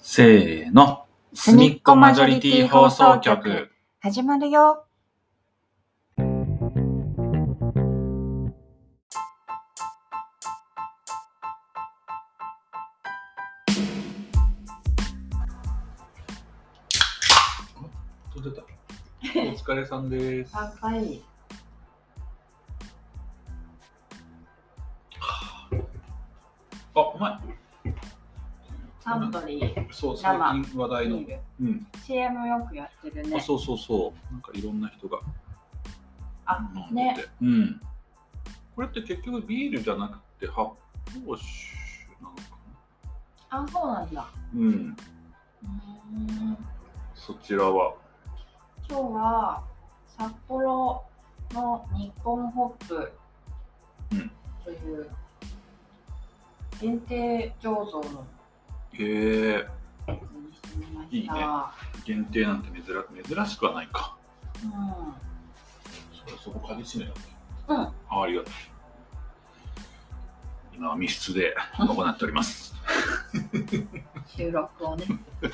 せーの。すみっこマジョリティ放送局。 始まるよ。 出た。お疲れさんです。 はい。 あ、うまい。 サントリー。 そう、最近話題の。 うん。CM よくやってるね。 そう。なんかいろんな人が飲んでて。 ね。 うん。これって結局ビールじゃなくて発泡酒なのかな。 あ、そうなんだ。 うん。そちらは今日は札幌の日本ホップという限定醸造のやつにしてみました。いいね。 限定なんて珍しくはないか。そこ鍵閉めたっけ？ありがとう。今は密室で行っております。 収録をね。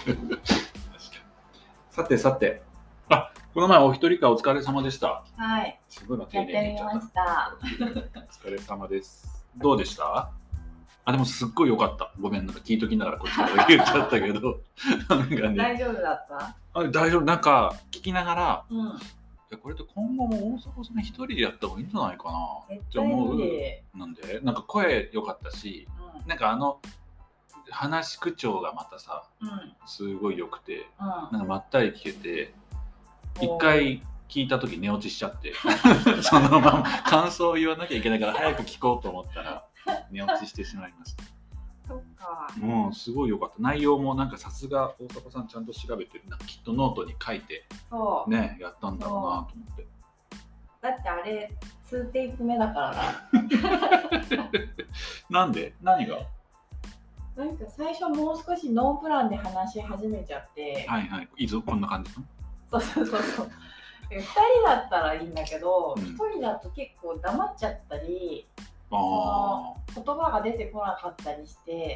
さて。この前お一人会お疲れ様でした。 はい。 すごいやってみました。 お疲れ様です。どうでした？でもすっごい良かった。ごめん、なんか聞いときながらこっちから言っちゃったけど。なんかね、 大丈夫だった？ 大丈夫。なんか聞きながら、これって今後も大迫さん一人でやった方がいいんじゃないかなって思う。なんで、なんか声良かったし、なんか話し口調がまたさ、すごい良くて、なんかまったり聞けて、一回聞いた時寝落ちしちゃってそのまま感想を言わなきゃいけないから早く聞こうと思ったら寝落ちしてしまいました。 そっか。 すごい良かった。内容もなんかさすが大迫さんちゃんと調べてるな、きっとノートに書いてねやったんだろうなと思って。 だってあれ2テイク目だからな。 なんで？何が？ なんか最初もう少しノープランで話し始めちゃって。 いいぞ、こんな感じ。 そう2人だったらいいんだけど、1人だと結構黙っちゃったり、その言葉が出てこなかったりして、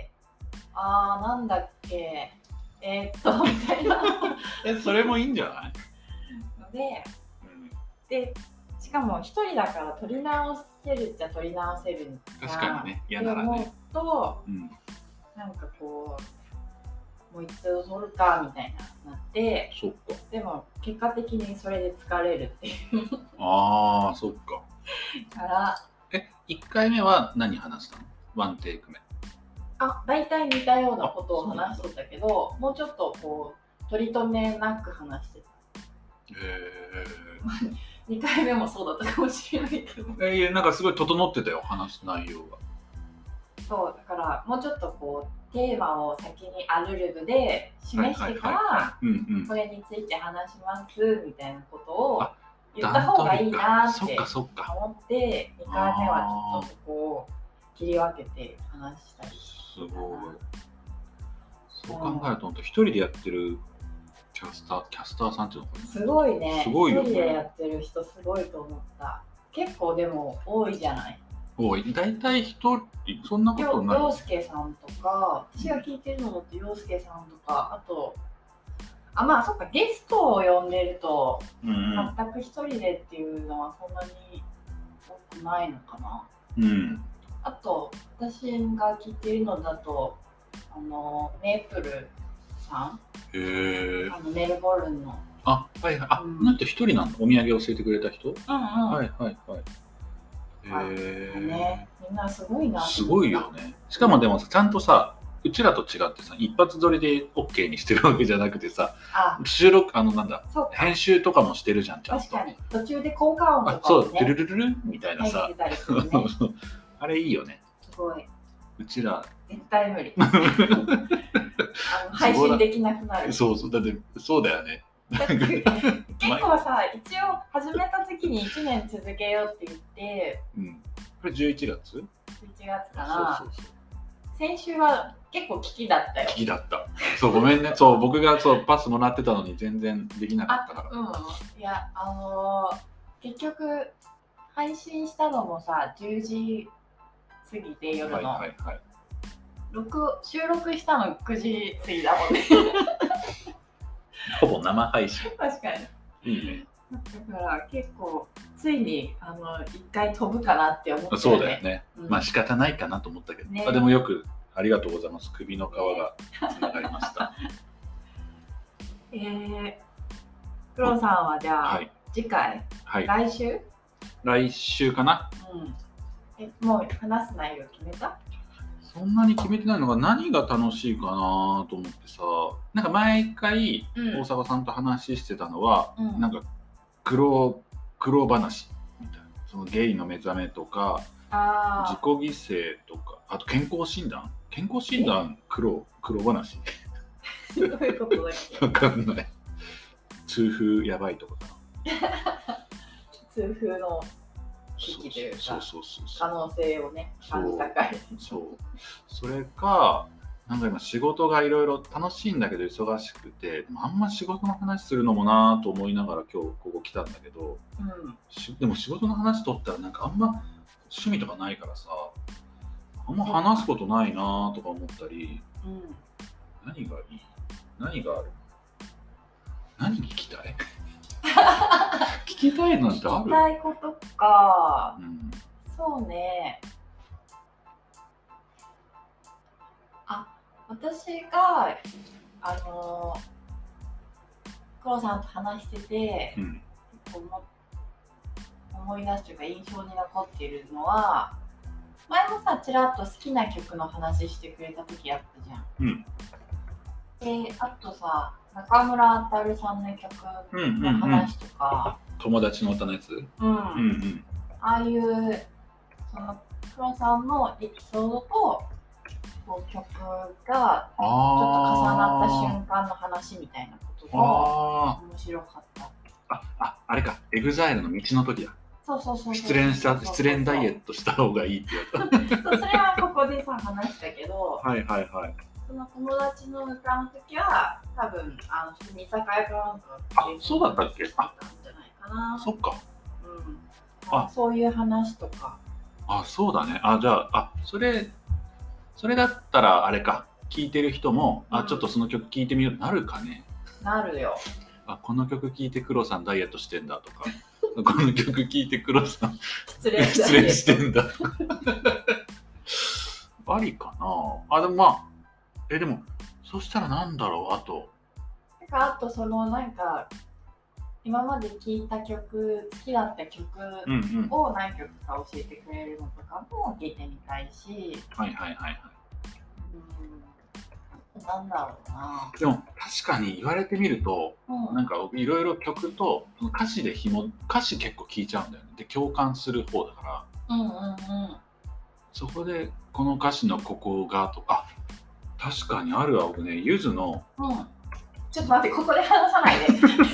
なんだっけみたいな。 それもいいんじゃない？ でしかも1人だから取り直せるっちゃ取り直せるんだ。 確かにね、嫌ならね。 思うと、なんかこうもう一度取るかみたいなって、でも結果的にそれで疲れるっていう。 そっか。 から 1回目は何話したの？1テイク目。 大体似たようなことを話しとったけど、もうちょっとこう取り留めなく話してた。2回目もそうだったかもしれないけど。 なんかすごい整ってたよ、話す内容が。 そうだからもうちょっとこうテーマを先にアルルブで示してからこれについて話しますみたいなことを言った方がいいなって思って2回目はちょっとこう切り分けて話したりしてたな。 そう考えると一人でやってるキャスターさんっていうのかな、 すごいね。 すごいよね。 一人でやってる人すごいと思った。結構でも多いじゃない。 多い。大体一人そんなことない。 陽介さんとか、私が聞いてるのだと陽介さんとか、あとそっか、ゲストを呼んでると、全く一人でっていうのはそんなに多くないのかな。あと私が聞いてるのだとメープルさん、メルボルンのなんて一人なの？お土産教えてくれた人？ みんなすごいな。 すごいよね。しかもでもちゃんとさ、うちらと違ってさ、一発撮りで OK にしてるわけじゃなくてさ、収録編集とかもしてるじゃん、ちゃんと。 確かに途中で効果音とかもね、 ドゥルルルルみたいなさ、あれいいよね。 すごい。 うちら絶対無理。配信できなくなる。 だってそうだよね。 結構さ、一応始めた時に1年続けようって言って、 これ11月かな。先週は結構危機だったよ。 危機だった。ごめんね。僕がパスもらってたのに全然できなかったから。 いや、結局配信したのもさ10時過ぎて夜の。 収録したの9時過ぎだもんね。 ほぼ生配信。 確かに。 いいね。 だから結構ついに一回飛ぶかなって思って、ね、 そうだよね、まあ仕方ないかなと思ったけど、ね、でもよくありがとうございます。首の皮がつながりました。 クロさんはじゃあ、次回、来週かな、もう話す内容決めた？ そんなに決めてないのが何が楽しいかなと思ってさ、なんか毎回大阪さんと話してたのは、なんか苦労話みたいな、そのゲイの目覚めとか自己犠牲とか、あと健康診断苦労話どういうことだっけ？ わかんない。痛風やばいとかかな。痛風の危機というか可能性をね感じたかい。 それかなんか今仕事がいろいろ楽しいんだけど忙しくて、でもあんま仕事の話するのもなと思いながら今日ここ来たんだけど、でも仕事の話取ったらなんかあんま趣味とかないからさ、あんま話すことないなとか思ったり、何がいい？何がある？何聞きたい？聞きたいなんてある？ 聞きたいことか、そうね。私が黒さんと話してて、思い出すというか印象に残っているのは、前もさちらっと好きな曲の話してくれた時あったじゃん。であとさ中村あたるさんの曲の話とか、 友達の歌のやつ、 ああいうその黒さんのエピソードと曲がちょっと重なった瞬間の話みたいなことが面白かった。 あれか、EXILE の道の時だ。失恋ダイエットした方がいいってやつ。 それはここでさ話したけど、その友達の歌の時は多分普通に居酒屋かなんかそうだったっけ？ あったんじゃないかな。 そっか。 そういう話とか。 そうだね。じゃあそれだったらあれか、聴いてる人もちょっとその曲聴いてみようなるかね。 なるよ。 この曲聴いて黒さんダイエットしてんだとか、この曲聴いて黒さん失恋してんだとか。ありかな。でもでもそしたらなんだろう、 あとそのなんか今まで聴いた曲、好きだった曲を何曲か教えてくれるのとかも聞いてみたいし、なんだろうな。 でも確かに言われてみると、なんかいろいろ曲と歌詞結構聴いちゃうんだよね。で共感する方だから、そこでこの歌詞のここがとか、確かにあるわ。僕ね、ゆずの、 ちょっと待って、ここで話さないで。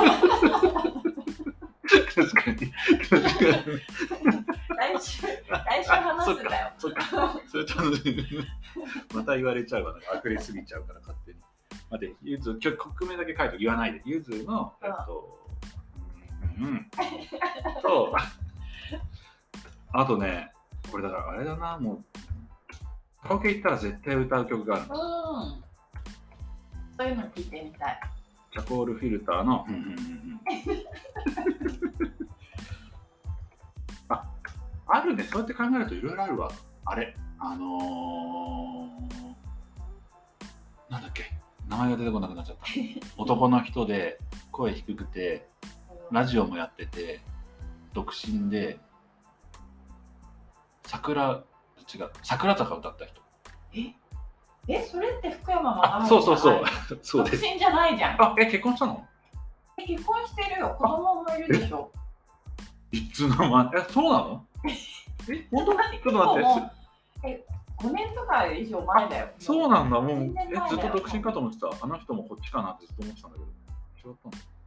確かに。 来週話すんだよ。 それまた言われちゃうわ。溢れすぎちゃうから勝手に。待って、ゆず、今日曲名だけ書いて言わないで。ゆずの、あとね、これだからあれだな、もうカラオケ行ったら絶対歌う曲がある。 そういうの聞いてみたい。 チャコールフィルターのあるね。そうやって考えるといろいろあるわ。あれなんだっけ、名前が出てこなくなっちゃった。男の人で声低くてラジオもやってて独身で桜坂歌った人。 それって福山雅治。 そうです。独身じゃないじゃん。 結婚したの？ 結婚してるよ。子供もいるでしょ。 いつの間に？そうなの？本当？ちょっと待って。 5年とか以上前だよ。 そうなんだ。もうずっと独身かと思ってた。あの人もこっちかなってずっと思ってたんだけど、違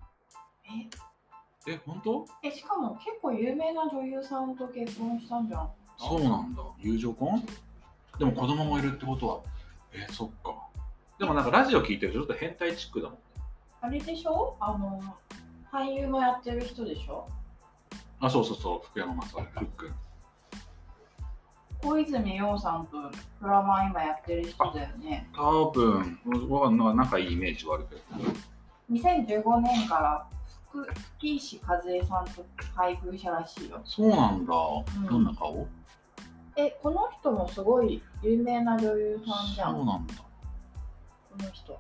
ったの？本当？ しかも結構有名な女優さんと結婚したんじゃん。 そうなんだ。友情婚？でも子供もいるってことは、そっか。でもなんかラジオ聞いてるとちょっと変態チックだもん。 あれでしょ？俳優もやってる人でしょ？ そう、福山雅治、ふっくん。 小泉洋さんとドラマ今やってる人だよね。 多分、仲いいイメージはあるけど。 2015年から吹石和恵さんと配偶者らしいよ。 そうなんだ。どんな顔？ この人もすごい有名な女優さんじゃん。 そうなんだ。 この人。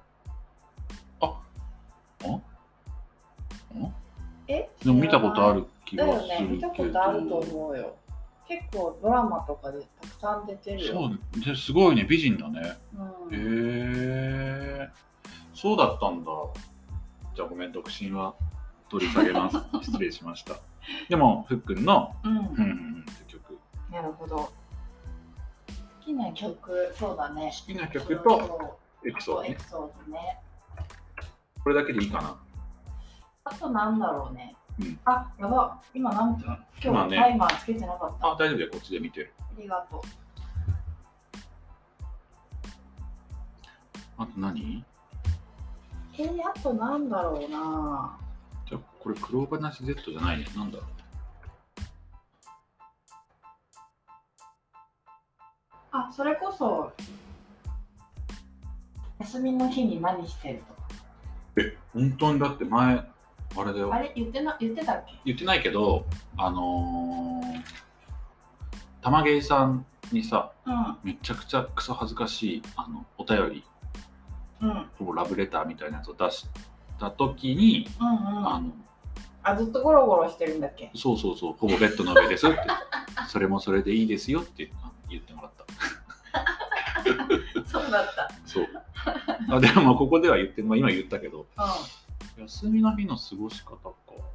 でも見たことある気がするけど。 だよね、見たことあると思うよ。結構ドラマとかでたくさん出てるよ。 そう、すごいね、美人だね。そうだったんだ。じゃあごめん、独身は取り下げます。失礼しました。でも、ふっくんの、曲。 なるほど。好きな曲、そうだね。 好きな曲とエピソードね。これだけでいいかな。 あとなんだろうね。やば。今何分？今日タイマーつけてなかった。 大丈夫だよ、こっちで見てる。 ありがとう。 あと何？ あとなんだろうな。 じゃあこれ黒話 Z じゃないね。なんだろう。それこそ休みの日に何してるとか。 本当にだって前あれだよ。 あれ言ってたっけ？ 言ってないけど、玉芸さんにさ、めちゃくちゃクソ恥ずかしいお便り、ほぼラブレターみたいなやつを出した時に、 ずっとゴロゴロしてるんだっけ？ そう、ほぼベッドの上ですってそれもそれでいいですよって言ってもらった。 そうだった。 そう。でもここでは言って、今言ったけど、休みの日の過ごし方か。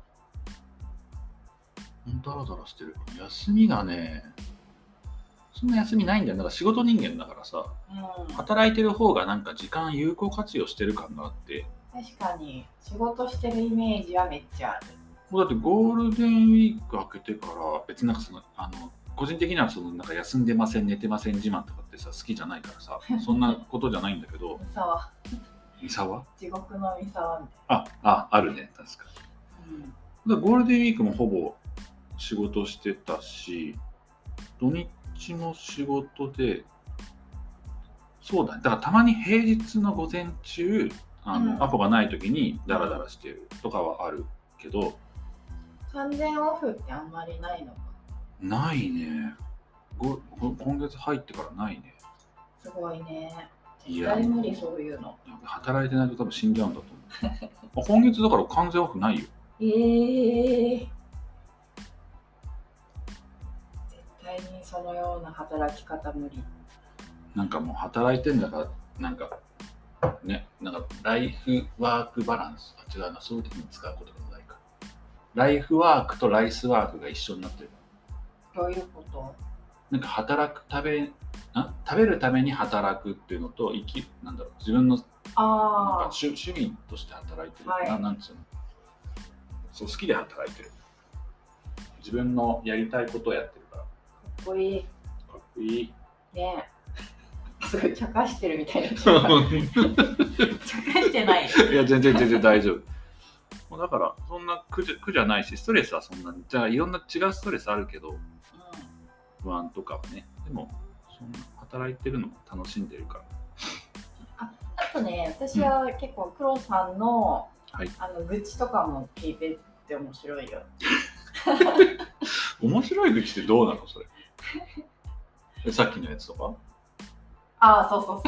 ダラダラしてる。休みがね、そんな休みないんだよ。だから仕事人間だからさ、働いてる方がなんか時間有効活用してる感があって。 確かに仕事してるイメージはめっちゃある。 だってゴールデンウィーク明けてから別になんか個人的にはなんか休んでません寝てません自慢とかってさ好きじゃないからさそんなことじゃないんだけど。三沢？ 地獄の三沢みたいな。あるね、確かに。ゴールデンウィークもほぼ仕事してたし、土日も仕事で、そうだね。だからたまに平日の午前中アポがない時にダラダラしてるとかはあるけど、 完全オフってあんまりないのか？ ないね。今月入ってからないね。 すごいね。絶対無理、そういうの。 働いてないと多分死んじゃうんだと思う。今月だから完全オフないよ。 絶対にそのような働き方無理。 なんかもう働いてんだからなんかライフワークバランス、違うな、そういう時に使うことがないか。ライフワークとライスワークが一緒になってる。 どういうこと？ なんか食べるために働くっていうのと自分のなんか趣味として働いてる、なんつうの、そう好きで働いてる、自分のやりたいことをやってるから。かっこいい。 かっこいいね。すごい茶化してるみたいな。茶化してない。 いや全然大丈夫。だからそんな苦じゃないし、ストレスはそんなに、じゃあいろんな違うストレスあるけど、不安とかはね、でもそんな働いてるのも楽しんでるから。 あとね、私は結構黒さんの、愚痴とかも聞いてって面白いよ。 面白い愚痴ってどうなのそれ？さっきのやつとか？ そう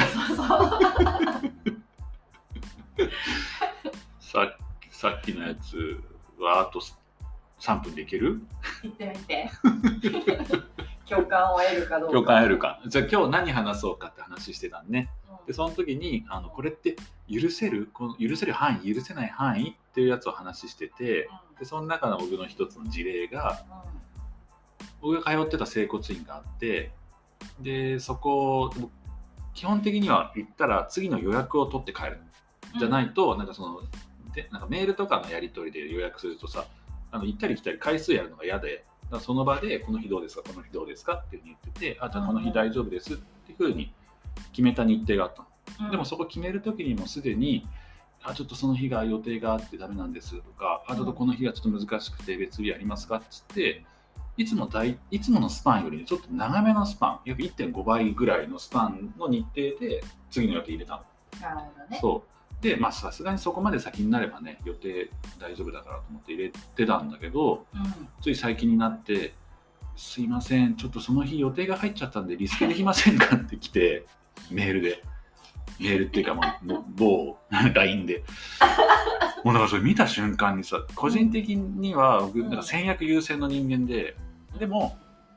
さっきのやつはあと3分でいける？ 言ってみて。共感を得るかどうか。 共感得るか。じゃあ今日何話そうかって話してたんね。でその時にこれって許せる範囲、許せない範囲っていうやつを話してて、でその中の僕の一つの事例が、僕が通ってた整骨院があって、でそこ基本的には行ったら次の予約を取って帰るじゃないと、なんかメールとかのやり取りで予約するとさ、行ったり来たり回数やるのが嫌で、その場でこの日どうですか、この日どうですかっていうふうに言ってて、じゃあこの日大丈夫ですっていうふうに決めた日程があったの。でもそこ決める時にもすでにちょっとその日が予定があってダメなんですとか、ちょっとこの日がちょっと難しくて別日ありますかっつっていつものスパンよりちょっと長めのスパン、約 1.5 倍ぐらいのスパンの日程で次の予定入れたの。 なるほどね。 そうで、まあさすがにそこまで先になればね、予定大丈夫だからと思って入れてたんだけど、つい最近になって「すいません、ちょっとその日予定が入っちゃったんでリスケできませんか?」って来て、メールっていうか、まあ、某 LINE でもうだからそれ見た瞬間にさ、個人的には僕なんか戦略優先の人間で、でも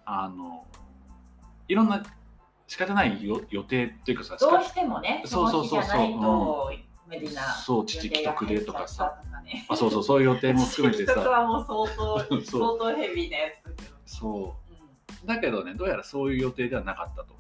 いろんな仕方ない予定っていうかさ、 どうしてもね、その日じゃないと無理なそう父既得でとかさ、そういう予定も含めてさ、 父既得はもう相当ヘビーなやつだけど、 そうだけどね、どうやらそういう予定ではなかったと。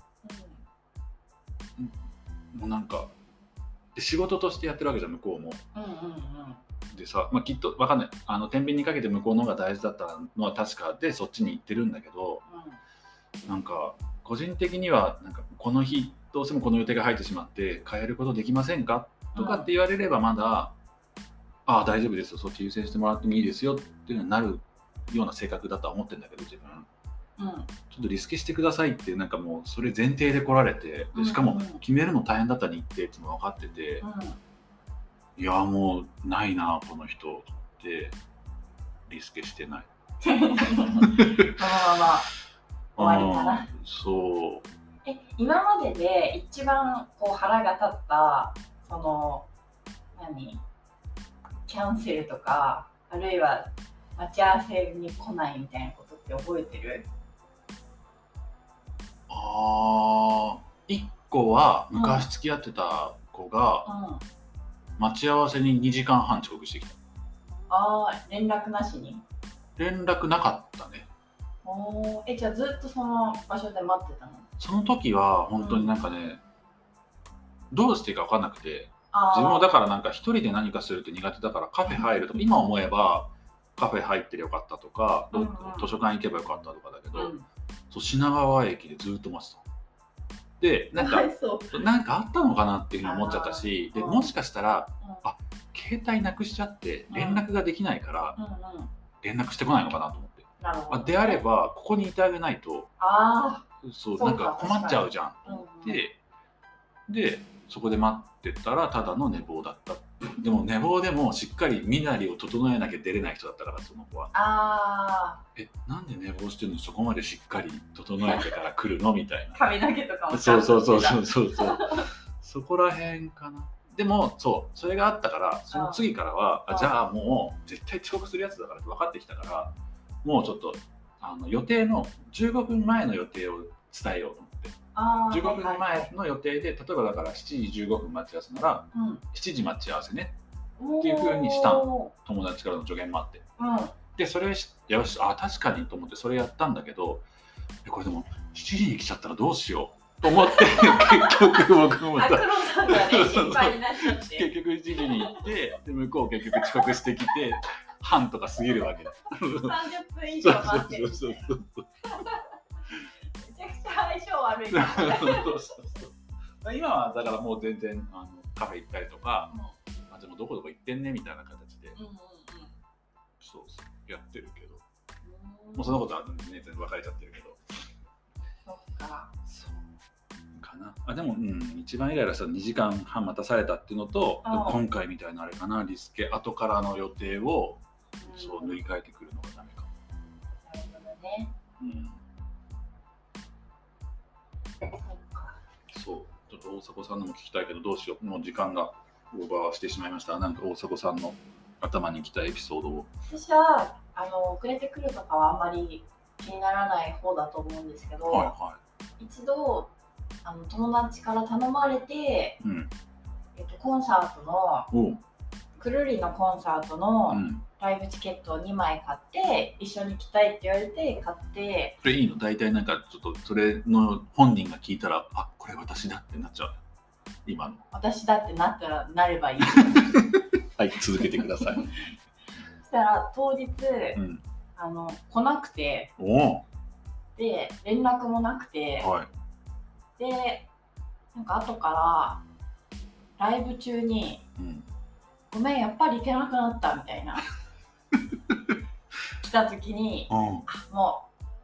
もうなんかで仕事としてやってるわけじゃん、向こうも。でさ、まあ、きっと分かんない、天秤にかけて向こうの方が大事だったのは確かで、そっちに行ってるんだけど、なんか個人的にはなんかこの日どうしてもこの予定が入ってしまって変えることできませんかとかって言われればまだ、ああ大丈夫ですよ、そっち優先してもらってもいいですよっていうのになるような性格だとは思ってるんだけど、自分ちょっとリスケしてくださいってなんかもうそれ前提で来られて、でしかも決めるの大変だった日程っていうの分かってて、いやもうないなこの人ってリスケしてない。 まあ終わりかな。 そう。 今までで一番こう腹が立ったそのキャンセルとか、あるいは待ち合わせに来ないみたいなことって覚えてる ？1個は昔付き合ってた子が待ち合わせに2時間半遅刻してきた。 連絡なしに？ 連絡なかったね。 じゃあずっとその場所で待ってたの？ その時は本当になんかね、どうしていいか分かんなくて、自分もだからなんか一人で何かするって苦手だからカフェ入るとか、今思えばカフェ入ってりゃよかったとか、図書館行けばよかったとかだけど、そう品川駅でずっと待ってた。でなんかあったのかなっていうふうに思っちゃったし、でもしかしたら携帯なくしちゃって連絡ができないから連絡してこないのかなと思って、であればここにいてあげないとなんか困っちゃうじゃんと思って、でそこで待ってたらただの寝坊だった。でも寝坊でもしっかり身なりを整えなきゃ出れない人だったから、その子は。なんで寝坊してるのにそこまでしっかり整えてから来るのみたいな。 髪の毛とかもそうそこら辺かな。でもそれがあったから、その次からはじゃあもう絶対遅刻するやつだからって分かってきたから、もうちょっと予定の15分前の予定を伝えようと思って、15分前の予定で、例えばだから7時15分待ち合わせなら、7時待ち合わせねっていう風にしたの。友達からの助言もあって、でそれよし確かにと思ってそれやったんだけど、これでも7時に来ちゃったらどうしようと思って結局僕も結局7時に行って、で向こう結局遅刻してきて半とか過ぎるわけだ。 30分以上待ってる。めちゃくちゃ相性悪い。 今はだからもう全然カフェ行ったりとか、でもどこどこ行ってんねみたいな形でやってるけど、もうそのことはね全然別れちゃってるけど。 そっか。 かな。でも一番イライラした2時間半待たされたっていうのと、今回みたいなあれかな、リスケ後からの予定を塗り替えてくるのがダメかも。 なるほどね。 そうちょっと大迫さんのも聞きたいけど、どうしよう、もう時間がオーバーしてしまいました。なんか大迫さんの頭にきたエピソードを。 私は遅れてくるとかはあんまり気にならない方だと思うんですけど、一度友達から頼まれて、コンサートのくるりのコンサートのライブチケットを2枚買って一緒に来たいって言われて買って。 それいいの？大体なんかちょっとそれの本人が聞いたらこれ私だってなっちゃう。今の私だってなったらなればいい。 はい続けてください。 そしたら当日、来なくて、で連絡もなくて、でなんか後からライブ中に、ごめんやっぱり行けなくなったみたいな来た時に、も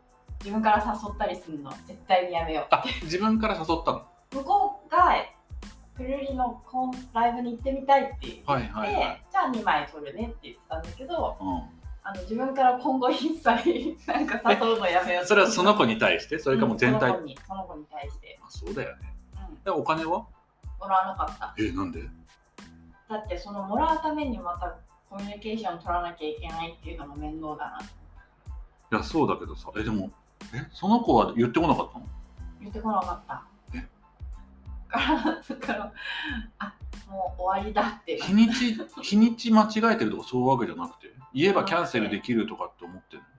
自分から誘ったりするの絶対にやめようって。 あ、自分から誘ったの？ 向こうがくるりのライブに行ってみたいって言って、 はいはいはい、 じゃあ2枚取るねって言ってたんだけど、 うん、 自分から今後一切なんか誘うのやめようって。 それはその子に対して、それかも全体、 その子に対して。 あ、そうだよね。でお金はもらわなかった。 なんで？ だってそのもらうためにまたコミュニケーション取らなきゃいけないっていうのも面倒だな。 いやそうだけどさ、でもその子は言ってこなかったの？ 言ってこなかった。だからあ、もう終わりだって。 日にち間違えてるとかそういうわけじゃなくて、言えばキャンセルできるとかって思ってる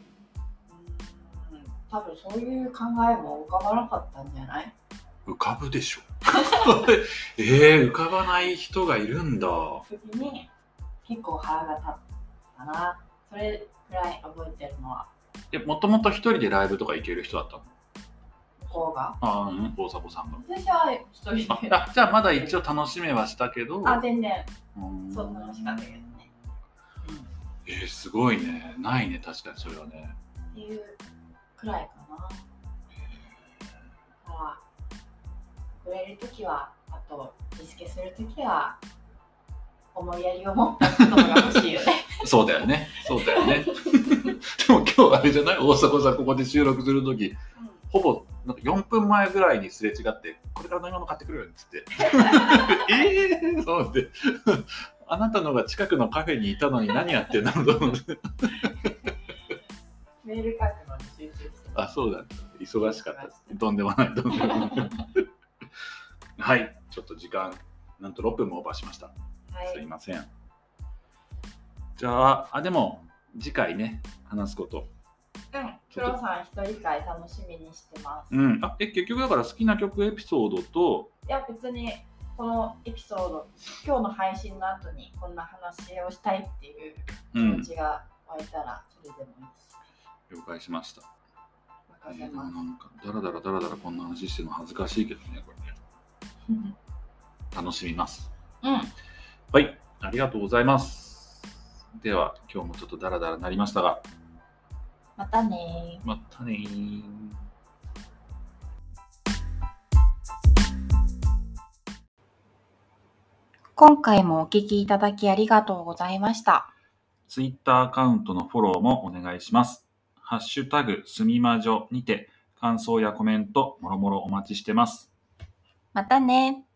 の？多分そういう考えも浮かばなかったんじゃない？ 浮かぶでしょ。浮かばない人がいるんだ。 時に結構腹が立ったな。それくらい覚えてるのは。 もともと一人でライブとか行ける人だったの？ 向こうが？ 大迫さんが。 私は一人で。 じゃあまだ一応楽しめはしたけど。 全然。そう楽しかったけどね。 すごいね。ないね、確かにそれはね。 っていうくらいかな。だからくれるときは、あとリスケするときは思いやりを持った言葉が欲しいよね。 そうだよね。そうだよね。でも今日あれじゃない？大迫さんここで収録するとき、ほぼなんか4分前ぐらいにすれ違ってこれから飲み物買ってくるよっつってそうであなたのが近くのカフェにいたのに何やってんだろうと思ってメール書くのに集中して。 そうだ、忙しかった。とんでもないはい、ちょっと時間なんと6分もオーバーしました、すいません。じゃあでも次回ね話すこと、 黒さん一人会楽しみにしてます。 結局だから好きな曲エピソードと、 いや別にこのエピソード、今日の配信の後にこんな話をしたいっていう気持ちが湧いたらそれでもいいし、 了解しました。なんかダラダラこんな話してるの恥ずかしいけどね、これね楽しみます。はい、ありがとうございます。では今日もちょっとダラダラなりましたが、 またね。 またね。 今回もお聞きいただきありがとうございました。 Twitter アカウントのフォローもお願いします。ハッシュタグすみまじょにて感想やコメントもろもろお待ちしてます。 またね。